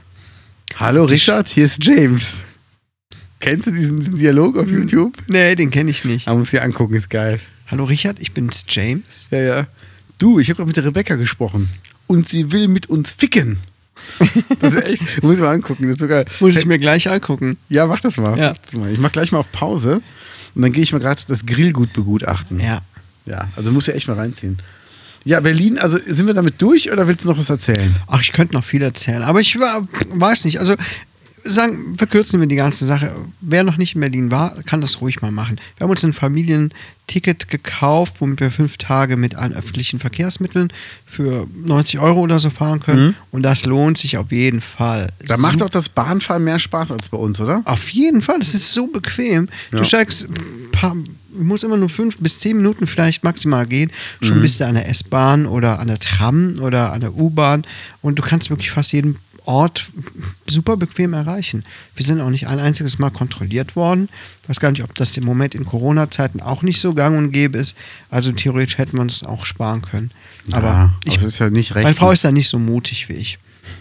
Hallo Richard, hier ist James. Kennst du diesen, diesen Dialog auf YouTube? Nee, den kenne ich nicht. Man muss dir angucken, ist geil. Hallo Richard, ich bin's James. Ja, ja. Du, ich habe gerade mit der Rebecca gesprochen. Und sie will mit uns ficken. Das ist echt, muss ich mal angucken, das ist so geil. Muss ich mir gleich angucken. Ja, mach das mal. Ja. Mach das mal. Ich mach gleich mal auf Pause und dann gehe ich mal gerade das Grillgut begutachten. Ja. Ja, also muss ja echt mal reinziehen. Ja, Berlin, also sind wir damit durch oder willst du noch was erzählen? Ach, ich könnte noch viel erzählen, aber ich war, weiß nicht. Also sagen, verkürzen wir die ganze Sache. Wer noch nicht in Berlin war, kann das ruhig mal machen. Wir haben uns ein Familienticket gekauft, womit wir fünf Tage mit allen öffentlichen Verkehrsmitteln für neunzig Euro oder so fahren können. Mhm. Und das lohnt sich auf jeden Fall. Da macht auch das Bahnfahren mehr Spaß als bei uns, oder? Auf jeden Fall, das ist so bequem. Ja. Du steigst, ein paar, muss immer nur fünf bis zehn Minuten vielleicht maximal gehen. Schon Mhm. bist du an der S-Bahn oder an der Tram oder an der U-Bahn und du kannst wirklich fast jeden Ort super bequem erreichen. Wir sind auch nicht ein einziges Mal kontrolliert worden. Ich weiß gar nicht, ob das im Moment in Corona-Zeiten auch nicht so gang und gäbe ist. Also theoretisch hätten wir uns auch sparen können. Aber ja, ich, das ist ja nicht recht. meine Frau ist da nicht so mutig wie ich.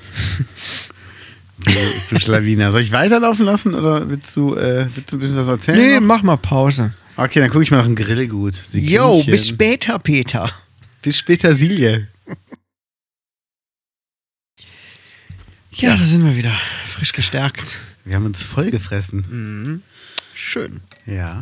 Du, du Schlawiner. Soll ich weiterlaufen lassen oder willst du, äh, willst du ein bisschen was erzählen? Nee, noch? mach mal Pause. Okay, dann gucke ich mal nach dem Grillgut. Jo, Sieglchen. bis später, Peter. Bis später, Silje. Ja, Ja. da sind wir wieder. Frisch gestärkt. Wir haben uns voll gefressen. Mhm. Schön. Ja.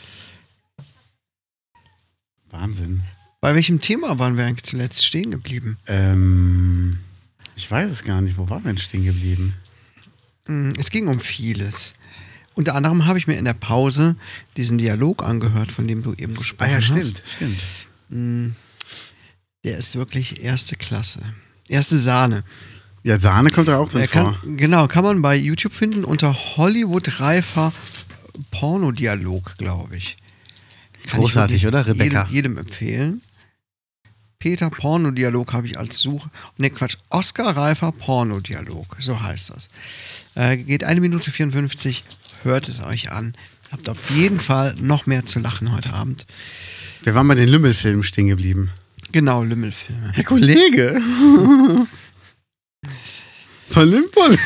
Wahnsinn. Bei welchem Thema waren wir eigentlich zuletzt stehen geblieben? Ähm, ich weiß es gar nicht. Wo waren wir denn stehen geblieben? Mhm, Es ging um vieles. unter anderem habe ich mir in der Pause diesen Dialog angehört, von dem du eben gesprochen hast. Ah ja, stimmt, stimmt. Der ist wirklich erste Klasse. Erste Sahne. Ja, Sahne kommt da auch drin Er kann, vor. Genau, kann man bei YouTube finden unter Hollywood-reifer Pornodialog, glaube ich. Kann Großartig, ich oder, Rebecca? Jedem, jedem empfehlen. Peter Pornodialog habe ich als Suche. Ne, Quatsch. Oscar-reifer Pornodialog. So heißt das. Äh, geht eine Minute vierundfünfzig. Hört es euch an. Habt auf jeden Fall noch mehr zu lachen heute Abend. Wir waren bei den Lümmelfilmen stehen geblieben. Genau, Lümmelfilme. Herr Kollege! Palim, palim.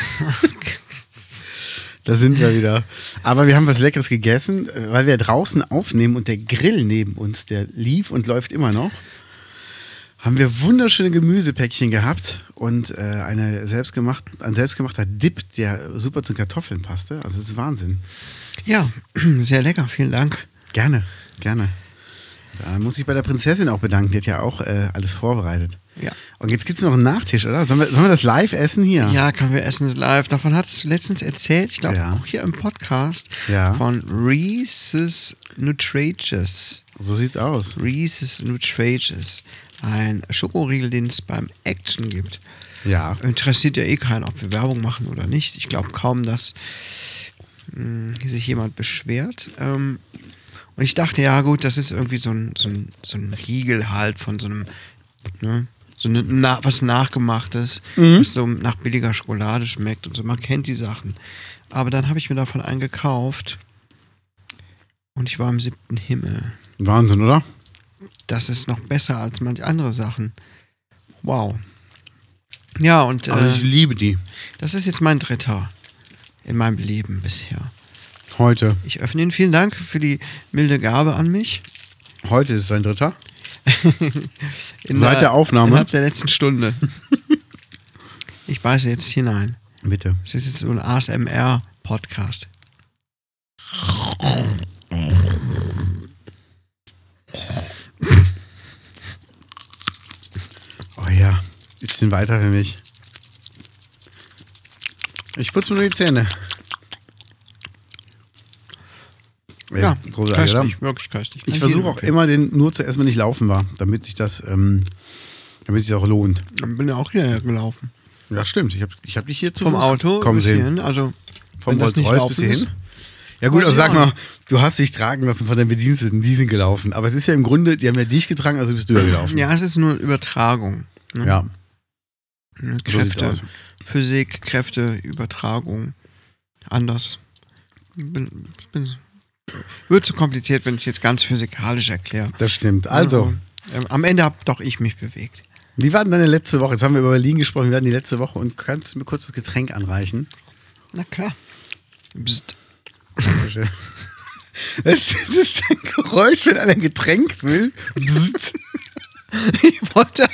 Da sind wir wieder. Aber wir haben was Leckeres gegessen, weil wir draußen aufnehmen und der Grill neben uns, der lief und läuft immer noch. Haben wir wunderschöne Gemüsepäckchen gehabt und äh, eine selbstgemacht, ein selbstgemachter Dip, der super zu Kartoffeln passte. Also das ist Wahnsinn. Ja, sehr lecker. Vielen Dank. Gerne, gerne. Da muss ich bei der Prinzessin auch bedanken, die hat ja auch äh, alles vorbereitet. Ja. Und jetzt gibt es noch einen Nachtisch, oder? Sollen wir, sollen wir das live essen hier? Ja, können wir essen es live. Davon hattest du letztens erzählt, ich glaube Ja. auch hier im Podcast, Ja. von Reese's Nutrageous. So sieht's aus. Reese's Nutrageous. Ein Schokoriegel, den es beim Action gibt. Ja. Interessiert ja eh keinen, ob wir Werbung machen oder nicht. Ich glaube kaum, dass mh, sich jemand beschwert. Ähm, und ich dachte, ja gut, das ist irgendwie so ein, so ein, so ein Riegel halt von so einem, ne, so eine, na, was Nachgemachtes, Mhm. was so nach billiger Schokolade schmeckt und so. Man kennt die Sachen. Aber dann habe ich mir davon einen gekauft und ich war im siebten Himmel. Wahnsinn, oder? Das ist noch besser als manch andere Sachen. Wow. Ja, und Also ich äh, liebe die. das ist jetzt mein dritter in meinem Leben bisher. Heute. Ich öffne ihn. Vielen Dank für die milde Gabe an mich. Heute ist sein dritter. In Seit der Aufnahme? Innerhalb der letzten Stunde. Ich beiße jetzt hinein. Bitte. Das ist jetzt so ein A S M R-Podcast. Oh ja. Bisschen weiter für mich. Ich putze mir nur die Zähne. Ja, Ist großartig, oder? köstlich, wirklich köstlich. Ich Kann versuche jedem auch empfehlen. immer, den nur zu essen, wenn ich laufen war, damit sich das, ähm, damit sich auch lohnt. Dann bin ja auch hierher gelaufen. Ja, stimmt. Ich habe ich hab dich hier zu Vom Fuß Auto kommen bis sehen. hierhin. Also, Vom wenn das nicht Rolls-Royce bis laufen hierhin. ist, Ja gut, weiß also ich sag auch mal, nicht. du hast dich tragen lassen von den Bediensteten, die sind gelaufen. Aber es ist ja im Grunde, die haben ja dich getragen, also bist du ja gelaufen. Ja, es ist nur Übertragung. Ne? Ja, Ne, so sieht's Kräfte, aus. Physik, Kräfte, Übertragung. Anders. Ich bin, ich bin, wird zu kompliziert, wenn ich es jetzt ganz physikalisch erkläre. Das stimmt. Also, Ähm, am Ende habe doch ich mich bewegt. wie war denn deine letzte Woche? Jetzt haben wir über Berlin gesprochen, wir hatten die letzte Woche und kannst du mir kurz das Getränk anreichen? Na klar. Psst. Dankeschön. Das, das ist ein Geräusch, wenn einer ein Getränk will. Bzzzt. Ich wollte.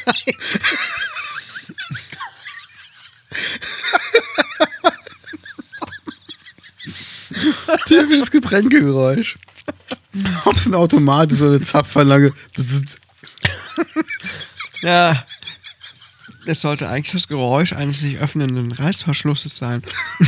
Typisches Getränkegeräusch. Ob es ein Automat ist oder eine Zapfanlage. Bzzzt. Ja. Es sollte eigentlich das Geräusch eines sich öffnenden Reißverschlusses sein.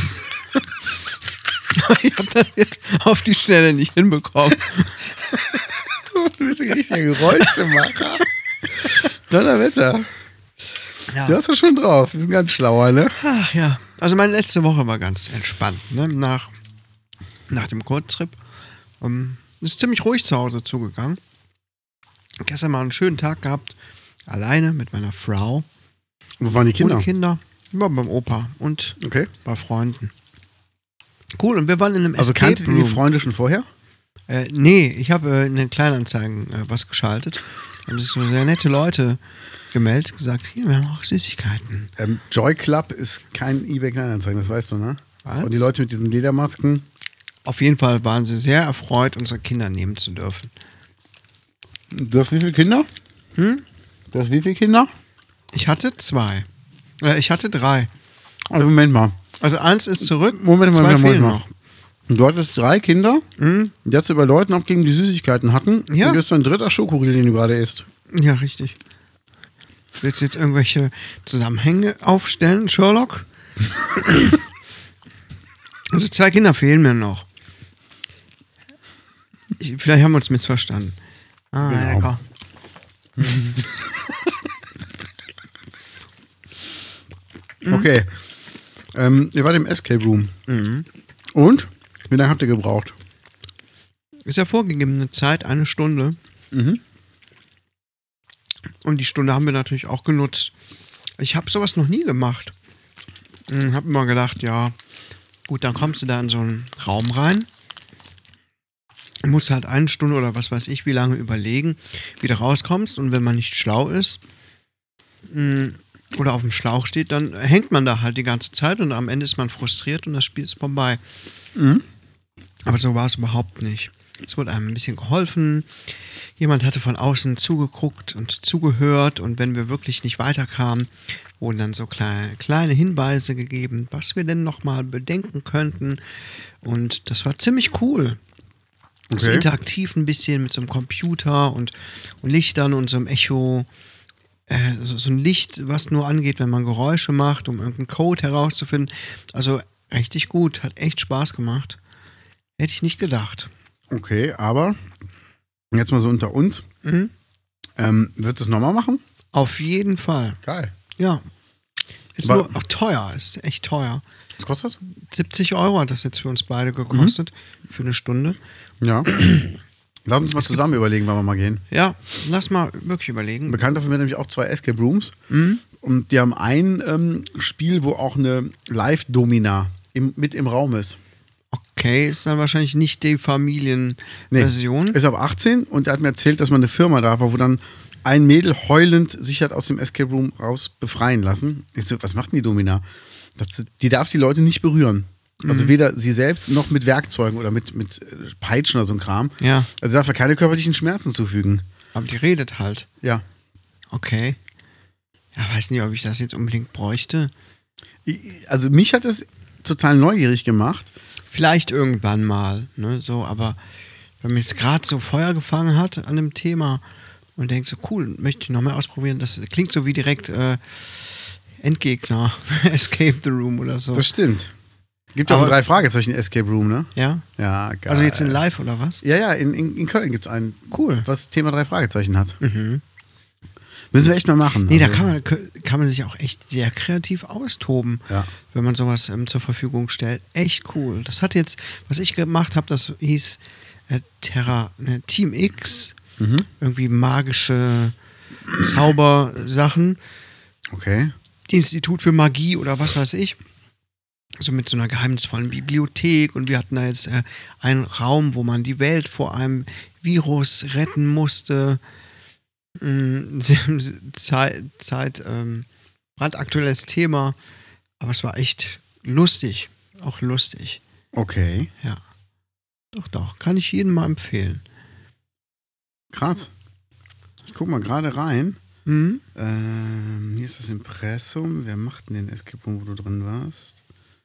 Ich habe das jetzt auf die Schnelle nicht hinbekommen. Du bist ein richtiger Geräuschemacher. Donnerwetter. Ja. Du hast das schon drauf. Du bist ein ganz schlauer, ne? Ach ja, also meine letzte Woche war ganz entspannt. Ne? Nach, nach dem Kurztrip ähm, ist ziemlich ruhig zu Hause zugegangen. Gestern mal einen schönen Tag gehabt, alleine mit meiner Frau. Wo waren die Kinder? Ohne Kinder. Ja, beim Opa und Okay. bei Freunden. Cool, und wir waren in einem Also Escape kannte die die Room. Freunde schon vorher? Äh, nee, ich habe äh, in den Kleinanzeigen äh, was geschaltet. Da haben sich so sehr nette Leute gemeldet, gesagt, hier, wir haben auch Süßigkeiten. Ähm, Joy Club ist kein eBay Kleinanzeigen, das weißt du, ne? Was? Und die Leute mit diesen Ledermasken. Auf jeden Fall waren sie sehr erfreut, unsere Kinder nehmen zu dürfen. Du hast wie viele Kinder? Hm? Du hast wie viele Kinder? Ich hatte zwei. Äh, ich hatte drei. Also Moment mal. Also eins ist zurück, Moment mal, zwei Moment mal. fehlen Moment mal. Du hattest drei Kinder, Mhm. die hast du bei Leuten abgegeben, die Süßigkeiten hatten. Ja. Und du hast ein dritter Schokoriegel, den du gerade isst. Ja, richtig. Willst du jetzt irgendwelche Zusammenhänge aufstellen, Sherlock? Also zwei Kinder fehlen mir noch. ich, vielleicht haben wir uns missverstanden. Ah, Genau. lecker. Okay. Ähm, ihr wart im Escape Room. Mhm. Und? Wie lange habt ihr gebraucht? Ist ja vorgegebene Zeit, eine Stunde. Mhm. Und die Stunde haben wir natürlich auch genutzt. Ich habe sowas noch nie gemacht. Hm, hab immer gedacht, ja, gut, dann kommst du da in so einen Raum rein. Musst halt eine Stunde oder was weiß ich, wie lange überlegen, wie du rauskommst. Und wenn man nicht schlau ist mh, oder auf dem Schlauch steht, dann hängt man da halt die ganze Zeit und am Ende ist man frustriert und das Spiel ist vorbei. Mhm. Aber so war es überhaupt nicht. Es wurde einem ein bisschen geholfen. Jemand hatte von außen zugeguckt und zugehört und wenn wir wirklich nicht weiterkamen, wurden dann so kleine, kleine Hinweise gegeben, was wir denn nochmal bedenken könnten. Und das war ziemlich cool. Okay. So interaktiv ein bisschen mit so einem Computer und, und Lichtern und so einem Echo. Äh, so, so ein Licht, was nur angeht, wenn man Geräusche macht, um irgendeinen Code herauszufinden. Also richtig gut, hat echt Spaß gemacht. Hätte ich nicht gedacht. Okay, aber jetzt mal so unter uns. Mhm. Ähm, würdest du es nochmal machen? Auf jeden Fall. Geil. Ja. Ist War- nur auch teuer, ist echt teuer. Was kostet siebzig Euro hat das jetzt für uns beide gekostet. Mhm. Für eine Stunde. das? Ja. Lass uns mal zusammen überlegen, wann wir mal gehen. Ja, lass mal wirklich überlegen. Ein Bekannter von mir hat nämlich auch zwei Escape Rooms. Mhm. Und die haben ein ähm, Spiel, wo auch eine Live-Domina im, mit im Raum ist. Okay, ist dann wahrscheinlich nicht die Nee, Familienversion. ist ab achtzehn und er hat mir erzählt, dass man eine Firma da war, wo dann ein Mädel heulend sich hat aus dem Escape Room raus befreien lassen. Ich so, was macht denn die Domina? Das, die darf die Leute nicht berühren. Also Mhm. weder sie selbst noch mit Werkzeugen oder mit, mit Peitschen oder so ein Kram. Ja, Also sie darf ja keine körperlichen Schmerzen zufügen. aber die redet halt. Ja. Okay. Ja, weiß nicht, ob ich das jetzt unbedingt bräuchte. Ich- Also mich hat es total neugierig gemacht. Vielleicht irgendwann mal, ne, so, aber wenn man jetzt gerade so Feuer gefangen hat an dem Thema und denkt so, cool, möchte ich noch mehr ausprobieren, das klingt so wie direkt äh, Endgegner, Escape the Room oder so. Das stimmt. Gibt ja auch Aber- ein drei Fragezeichen Escape Room, ne? Ja? Ja, geil. Also jetzt in live oder was? Ja, ja, in, in, in Köln gibt es einen, Cool. was Thema drei Fragezeichen hat. Mhm. Müssen wir echt mal machen. Nee, da Also, kann man, kann man sich auch echt sehr kreativ austoben, Ja. wenn man sowas ähm, zur Verfügung stellt. Echt cool. Das hat jetzt, was ich gemacht habe, das hieß äh, Terra, ne, Team X, Mhm. irgendwie magische Zaubersachen, Okay. Institut für Magie oder was weiß ich. So mit so einer geheimnisvollen Bibliothek und wir hatten da jetzt äh, einen Raum, wo man die Welt vor einem Virus retten musste. Mm, Zeit, Zeit ähm, brandaktuelles Thema, aber es war echt lustig, auch lustig. Okay. Ja, doch, doch, kann ich jedem mal empfehlen. Krass. Ich guck mal gerade rein. Mhm. Ähm, hier ist das Impressum. Wer macht denn den Escape Room, wo du drin warst?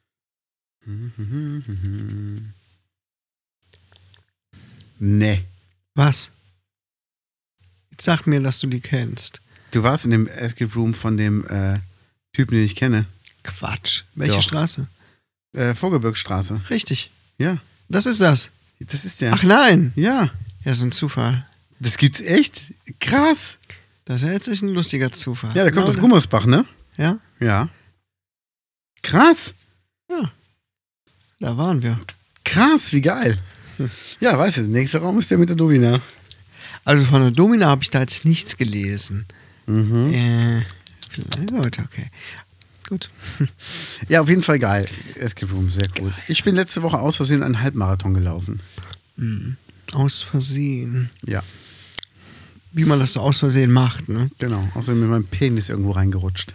Nee. Was? Jetzt sag mir, dass du die kennst. Du warst in dem Escape Room von dem äh, Typen, den ich kenne. Quatsch. Welche Doch. Straße? Äh, Vorgebirgsstraße. Richtig. Ja. Das ist das. Das ist der. Ach nein. Ja. Ja, so ein Zufall. Das gibt's echt? Krass. Das ist jetzt ein lustiger Zufall. Ja, der kommt Genau, aus Gummersbach, ne? Ja, Ja. Krass. da waren wir. Krass, wie geil. Ja, weißt du, der nächste Raum ist der mit der Domina. Also von der Domina habe ich da jetzt nichts gelesen. Mhm. Äh, vielleicht, gut, okay. Gut. Ja, auf jeden Fall geil. Escape Room, sehr cool. Ich bin letzte Woche aus Versehen einen Halbmarathon gelaufen. Mhm. Aus Versehen. Ja, Wie man das so aus Versehen macht, ne? genau. Außerdem mit meinem Penis irgendwo reingerutscht.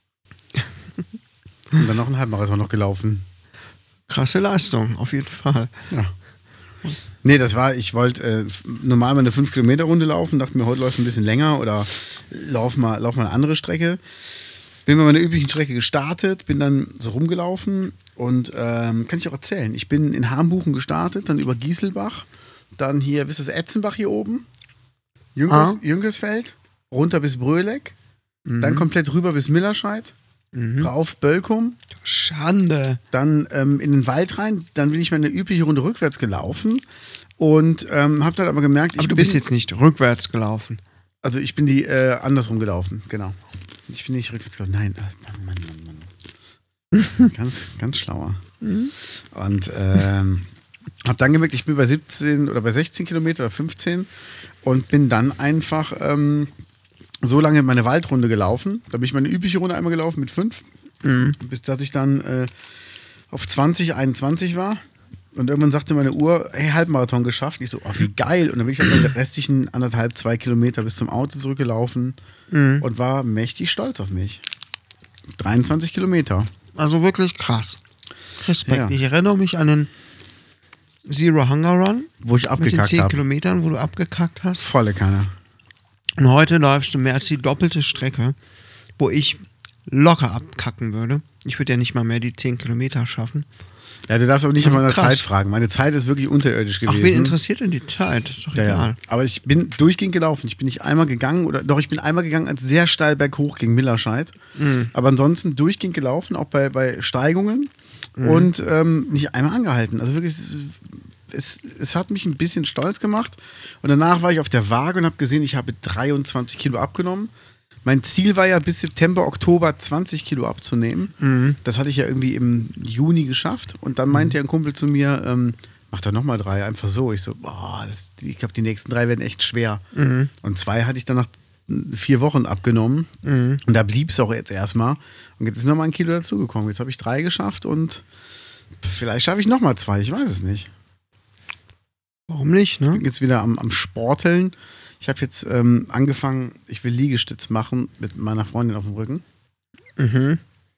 Und dann noch einen Halbmarathon noch gelaufen. Krasse Leistung, auf jeden Fall. Ja. Nee, das war, ich wollte äh, f- normal mal eine fünf Kilometer Runde laufen, dachte mir, heute läufst du ein bisschen länger oder lauf mal, lauf mal eine andere Strecke. Bin bei meiner üblichen Strecke gestartet, bin dann so rumgelaufen und ähm, kann ich auch erzählen. Ich bin in Hambuchen gestartet, dann über Gieselbach, dann hier, wisst ihr, das Etzenbach hier oben, Jünkers, Ah. Jünkersfeld, runter bis Bröleck, Mhm. dann komplett rüber bis Millerscheid, Mhm. rauf Bölkum, Schande. dann ähm, in den Wald rein, dann bin ich meine übliche Runde rückwärts gelaufen Und ähm, habe dann aber gemerkt, Aber ich du bin, bist jetzt nicht rückwärts gelaufen. also ich bin die äh, andersrum gelaufen, genau. Ich bin nicht rückwärts gelaufen, nein, äh, Mann, Mann, Mann, Mann. ganz, ganz schlauer. Und ähm, habe dann gemerkt, ich bin bei siebzehn oder bei sechzehn Kilometer oder fünfzehn und bin dann einfach ähm, so lange meine Waldrunde gelaufen. Da bin ich meine übliche Runde einmal gelaufen mit fünf, Mhm. bis dass ich dann äh, auf zwanzig, einundzwanzig war. Und irgendwann sagte meine Uhr, hey, Halbmarathon geschafft. Ich so, oh, wie geil. Und dann bin ich dann die restlichen anderthalb, zwei Kilometer bis zum Auto zurückgelaufen Mhm. und war mächtig stolz auf mich. dreiundzwanzig Kilometer. Also wirklich krass. Respekt. Ja. Ich erinnere mich an den Zero Hunger Run. Wo ich Mit den abgekackt zehn habe. Kilometern, wo du abgekackt hast. Volle Kanne. Und heute läufst du mehr als die doppelte Strecke, wo ich locker abkacken würde. Ich würde ja nicht mal mehr die zehn Kilometer schaffen. Ja, du darfst aber nicht Also nach meiner krass. Zeit fragen. Meine Zeit ist wirklich unterirdisch Ach, gewesen. wen interessiert denn die Zeit? Das ist doch Ja, egal. ja. Aber ich bin durchgehend gelaufen. Ich bin nicht einmal gegangen, oder doch, ich bin einmal gegangen, als sehr steil berghoch gegen Millerscheid. Mhm. Aber ansonsten durchgehend gelaufen, auch bei, bei Steigungen Mhm. und ähm, nicht einmal angehalten. Also wirklich, es, es, es hat mich ein bisschen stolz gemacht. Und danach war ich auf der Waage und habe gesehen, ich habe dreiundzwanzig Kilo abgenommen. Mein Ziel war ja bis September, Oktober zwanzig Kilo abzunehmen. Mhm. Das hatte ich ja irgendwie im Juni geschafft. Und dann meinte ein Kumpel zu mir, ähm, mach doch nochmal drei, einfach so. Ich so, boah, das, ich glaube, die nächsten drei werden echt schwer. Mhm. Und zwei hatte ich dann nach vier Wochen abgenommen. Mhm. Und da blieb es auch jetzt erstmal. Und jetzt ist nochmal ein Kilo dazugekommen. Jetzt habe ich drei geschafft und vielleicht schaffe ich nochmal zwei, ich weiß es nicht. Warum nicht, Ich ne? bin jetzt wieder am, am Sporteln. Ich habe jetzt ähm, angefangen, ich will Liegestütz machen mit meiner Freundin auf dem Rücken. Mhm.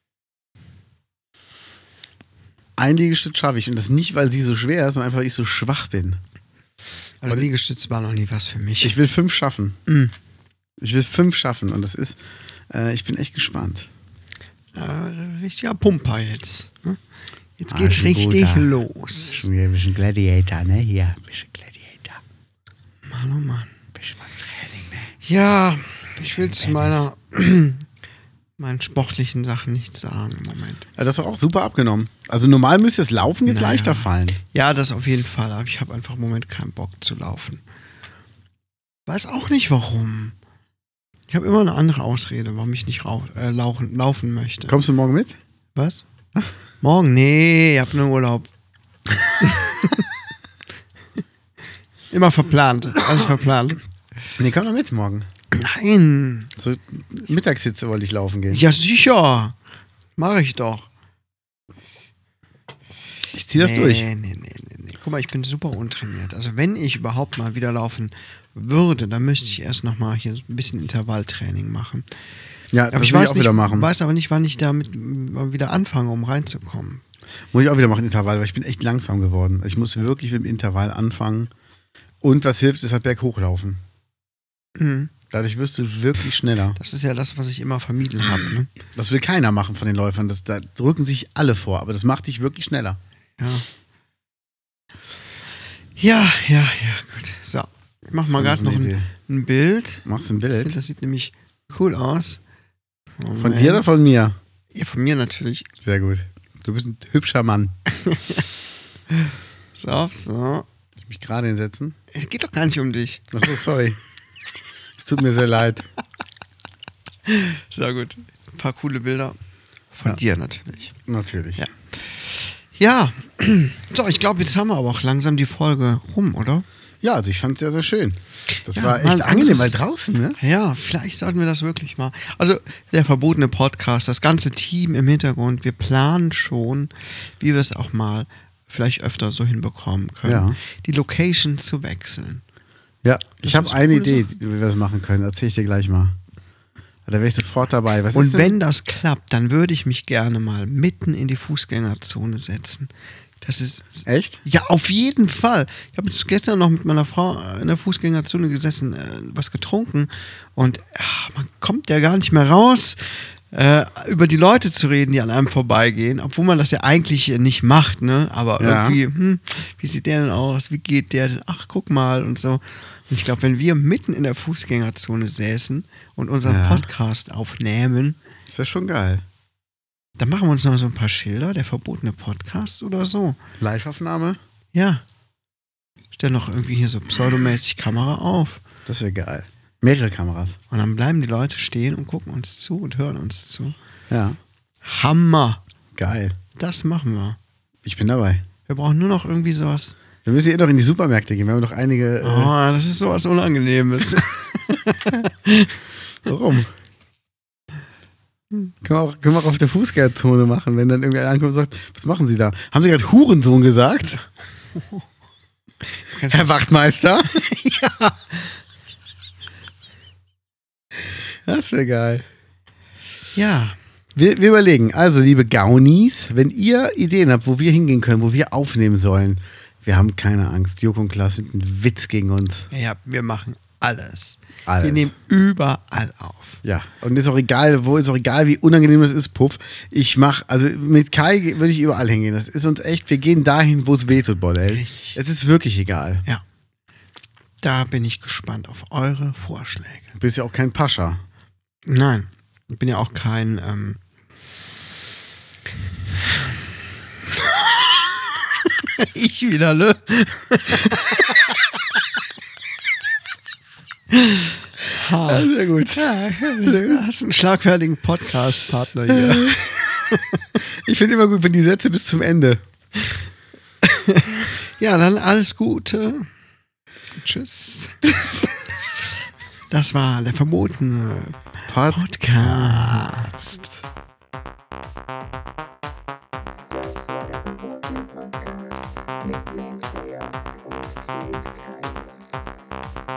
Ein Liegestütz schaffe ich. Und das nicht, weil sie so schwer ist, sondern einfach, weil ich so schwach bin. Also Liegestütz war noch nie was für mich. Ich will fünf schaffen. Mhm. Ich will fünf schaffen. Und das ist, äh, ich bin echt gespannt. Äh, richtiger Pumper jetzt. Ne? Jetzt Ah, geht's schon richtig gut, ja. los. Schon wieder ein bisschen Gladiator, ne? Hier, ein bisschen Gladiator. Mann, oh Mann. Ein bisschen beim Training, ne? Ja, ich will zu meiner meinen sportlichen Sachen nichts sagen im Moment. Ja, das ist auch super abgenommen. Also normal müsste das Laufen jetzt Naja. leichter fallen. Ja, das auf jeden Fall, aber ich habe einfach im Moment keinen Bock zu laufen. Weiß auch nicht warum. Ich habe immer eine andere Ausrede, warum ich nicht rau- äh, laufen, laufen möchte. Kommst du morgen mit? Was? Morgen? Nee, ich habe nur Urlaub. Immer verplant, alles verplant. Nee, komm doch mit morgen. Nein. So Mittagshitze wollte ich laufen gehen. Ja, sicher. Mache ich doch. Ich zieh das nee, durch. Nee, nee, nee, nee. Guck mal, ich bin super untrainiert. Also wenn ich überhaupt mal wieder laufen würde, dann müsste ich erst noch mal hier ein bisschen Intervalltraining machen. Ja, Aber das ich will weiß ich auch nicht, wieder machen. weiß aber nicht, wann ich damit mal wieder anfange, um reinzukommen. Muss ich auch wieder machen, Intervall, weil ich bin echt langsam geworden. Ich muss wirklich mit dem Intervall anfangen. Und was hilft, ist halt berghochlaufen. Mhm. Dadurch wirst du wirklich schneller. Das ist ja das, was ich immer vermieden habe. Ne? Das will keiner machen von den Läufern. Das, da drücken sich alle vor, aber das macht dich wirklich schneller. Ja. Ja, ja, ja, gut. So, ich mach mal Das ist gerade noch eine ein, Idee. ein Bild. Machst du ein Ich Bild? finde, das sieht nämlich cool aus. Von Moment. dir oder von mir? Ja, von mir natürlich. Sehr gut. Du bist ein hübscher Mann. So, so. Ich mich gerade hinsetzen. Es geht doch gar nicht um dich. Achso, sorry. Es tut mir sehr leid. Sehr gut. Ein paar coole Bilder. Von Ja. dir natürlich. Natürlich. Ja. Ja. So, ich glaube, jetzt haben wir aber auch langsam die Folge rum, oder? Ja, also ich fand es sehr, sehr schön. Das Ja, war mal echt angenehm, anderes- weil draußen, ne? Ja, vielleicht sollten wir das wirklich mal. Also, der verbotene Podcast, das ganze Team im Hintergrund, wir planen schon, wie wir es auch mal vielleicht öfter so hinbekommen können, Ja. die Location zu wechseln. Ja, ich Das habe ist eine coole Idee, Sache. wie wir das machen können. Erzähl ich dir gleich mal. Da wäre ich sofort dabei. Was Und ist denn? wenn das klappt, dann würde ich mich gerne mal mitten in die Fußgängerzone setzen. Das ist. Echt? Ja, auf jeden Fall. Ich habe jetzt gestern noch mit meiner Frau in der Fußgängerzone gesessen, äh, was getrunken und ach, man kommt ja gar nicht mehr raus, äh, über die Leute zu reden, die an einem vorbeigehen, obwohl man das ja eigentlich nicht macht, ne? Aber Ja. irgendwie, hm, wie sieht der denn aus? Wie geht der denn? Ach, guck mal und so. Und ich glaube, wenn wir mitten in der Fußgängerzone säßen und unseren Ja. Podcast aufnehmen, Das wäre schon geil. dann machen wir uns noch so ein paar Schilder, der verbotene Podcast oder so. Live-Aufnahme? Ja. Stell noch irgendwie hier so pseudomäßig Kamera auf. Das wäre geil. Mehrere Kameras. Und dann bleiben die Leute stehen und gucken uns zu und hören uns zu. Ja. Hammer. Geil. Das machen wir. Ich bin dabei. Wir brauchen nur noch irgendwie sowas. Wir müssen eh noch in die Supermärkte gehen. Wir haben noch einige. Äh Oh, das ist sowas Unangenehmes. Warum? Können wir, auch, können wir auch auf der Fußgängerzone machen, wenn dann irgendwer ankommt und sagt, was machen Sie da? Haben Sie gerade Hurensohn gesagt? Herr Wachtmeister? Ja. Das wäre geil. Ja. Wir, wir überlegen, also liebe Gaunis, wenn ihr Ideen habt, wo wir hingehen können, wo wir aufnehmen sollen, wir haben keine Angst. Joko und Klaas sind ein Witz gegen uns. Ja, wir machen alles. Alles. Wir nehmen überall auf. Ja, und ist auch egal, wo ist auch egal, wie unangenehm das ist, Puff. Ich mach, also mit Kai würde ich überall hingehen. Das ist uns echt, wir gehen dahin, wo es weh tut, Bollel. Richtig. Es ist wirklich egal. Ja. Da bin ich gespannt auf eure Vorschläge. Du bist ja auch kein Pascha. Nein, ich bin ja auch kein. Ähm ich wieder, ne? Ja, sehr gut. Ja, du hast einen schlagfertigen Podcast-Partner hier. Ich finde immer gut, wenn die Sätze bis zum Ende. Ja, dann alles Gute. Tschüss. Das war der verbotene Podcast. Das war der verbotene Podcast mit Lance Lear und Kate Keines.